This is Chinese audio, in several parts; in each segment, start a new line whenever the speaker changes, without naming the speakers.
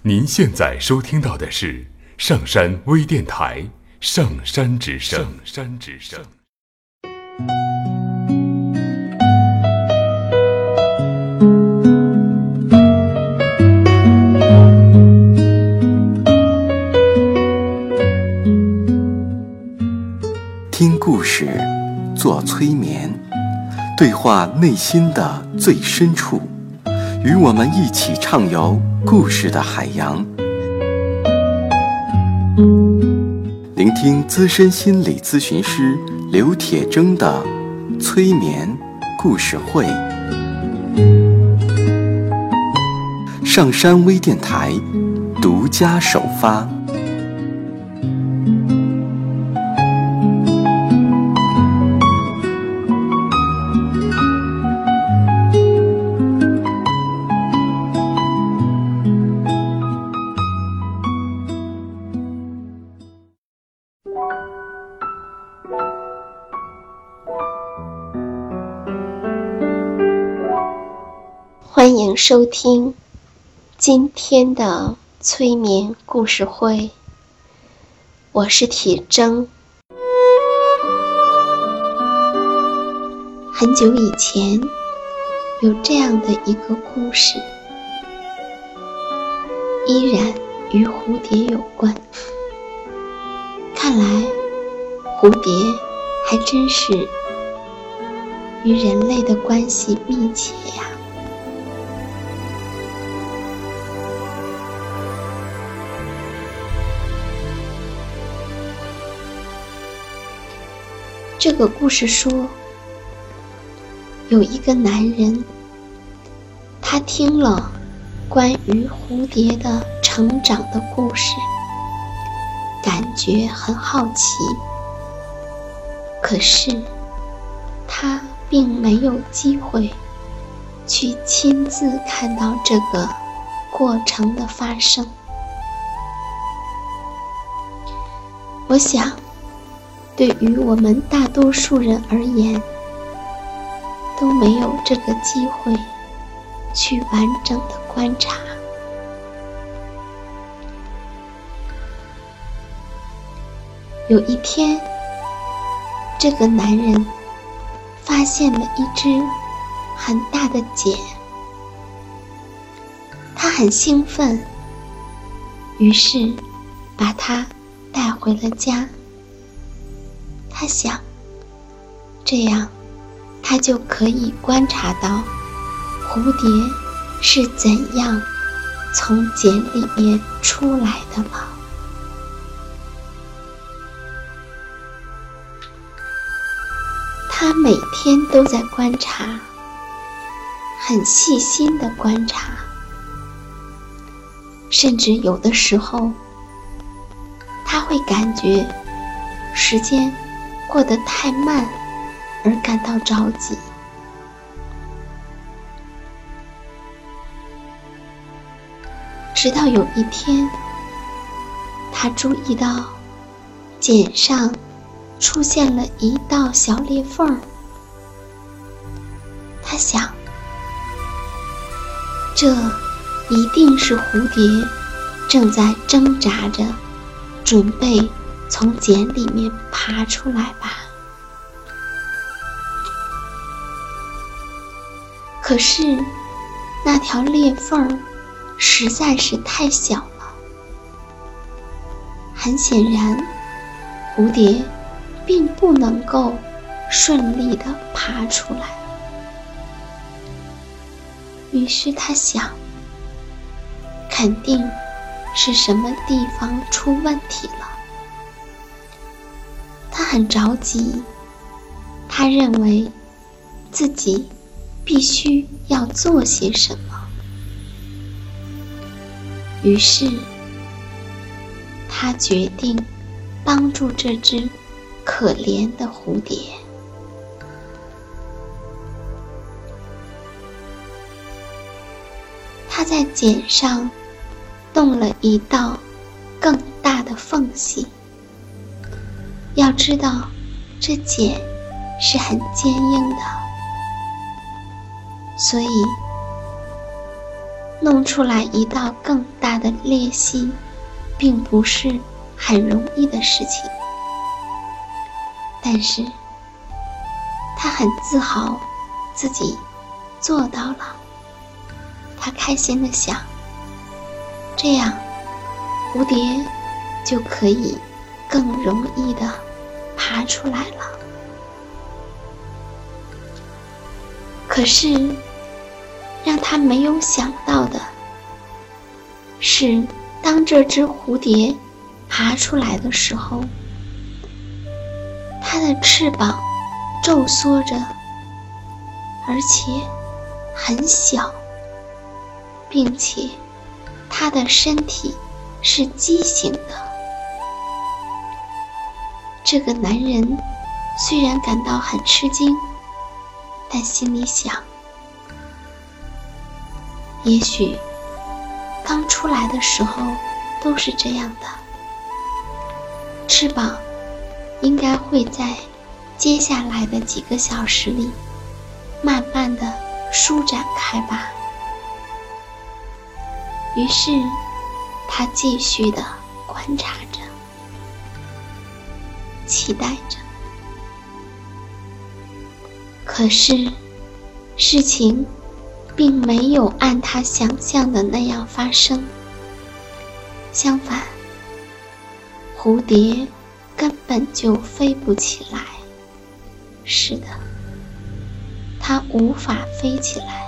您现在收听到的是上山微电台《上山之声》。
听故事，做催眠，对话内心的最深处，与我们一起畅游故事的海洋。聆听资深心理咨询师刘铁铮的催眠故事会。上山微电台独家首发。
欢迎收听今天的催眠故事会，我是铁铮。很久以前，有这样的一个故事，依然与蝴蝶有关。看来，蝴蝶还真是与人类的关系密切呀。这个故事说，有一个男人，他听了关于蝴蝶的成长的故事，感觉很好奇，可是他并没有机会去亲自看到这个过程的发生。我想对于我们大多数人而言，都没有这个机会去完整的观察。有一天，这个男人发现了一只很大的茧，他很兴奋，于是把它带回了家。他想，这样他就可以观察到蝴蝶是怎样从茧里面出来的了。他每天都在观察，很细心的观察，甚至有的时候他会感觉时间过得太慢而感到着急。直到有一天，他注意到茧上出现了一道小裂缝。他想，这一定是蝴蝶正在挣扎着，准备从茧里面爬出来吧。可是那条裂缝实在是太小了，很显然蝴蝶并不能够顺利地爬出来。于是他想，肯定是什么地方出问题了。他很着急，他认为自己必须要做些什么。于是他决定帮助这只可怜的蝴蝶。他在茧上动了一道更大的缝隙。要知道，这茧是很坚硬的，所以弄出来一道更大的裂隙，并不是很容易的事情。但是，他很自豪自己做到了。他开心地想，这样蝴蝶就可以更容易地爬出来了。可是让他没有想到的是，当这只蝴蝶爬出来的时候，它的翅膀皱缩着，而且很小，并且它的身体是畸形的。这个男人虽然感到很吃惊，但心里想，也许刚出来的时候都是这样的，翅膀应该会在接下来的几个小时里慢慢地舒展开吧。于是他继续地观察着，期待着。可是事情并没有按他想象的那样发生，相反，蝴蝶根本就飞不起来。是的，它无法飞起来。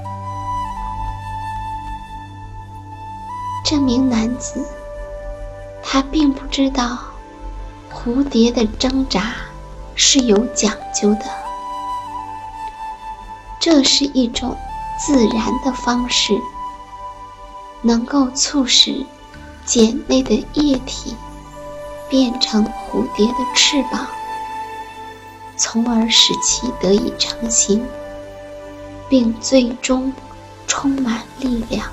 这名男子，他并不知道蝴蝶的挣扎是有讲究的，这是一种自然的方式，能够促使茧内的液体变成蝴蝶的翅膀，从而使其得以成型，并最终充满力量，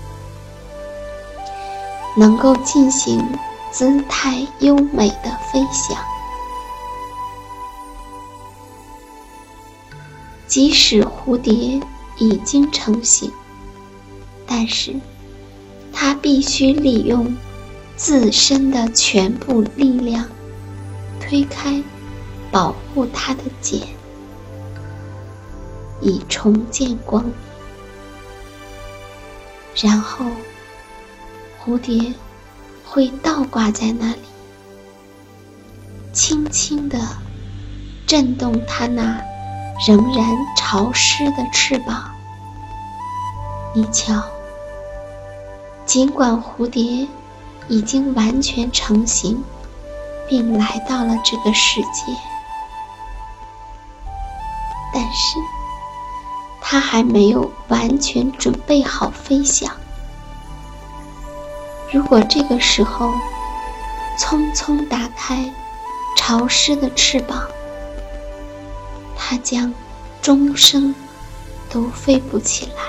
能够进行姿态优美的飞翔。即使蝴蝶已经成型，但是它必须利用自身的全部力量推开保护它的茧，以重见光明。然后蝴蝶会倒挂在那里，轻轻地震动它那仍然潮湿的翅膀。你瞧，尽管蝴蝶已经完全成型，并来到了这个世界，但是它还没有完全准备好飞翔。如果这个时候匆匆打开潮湿的翅膀，它将终生都飞不起来。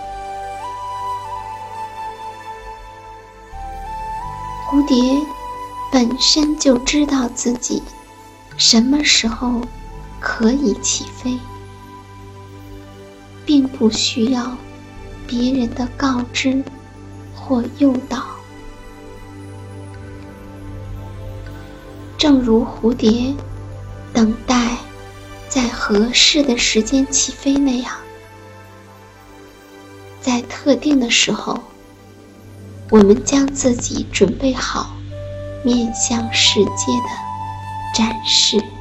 蝴蝶本身就知道自己什么时候可以起飞，并不需要别人的告知或诱导。正如蝴蝶等待在合适的时间起飞那样，在特定的时候，我们将自己准备好面向世界的展示。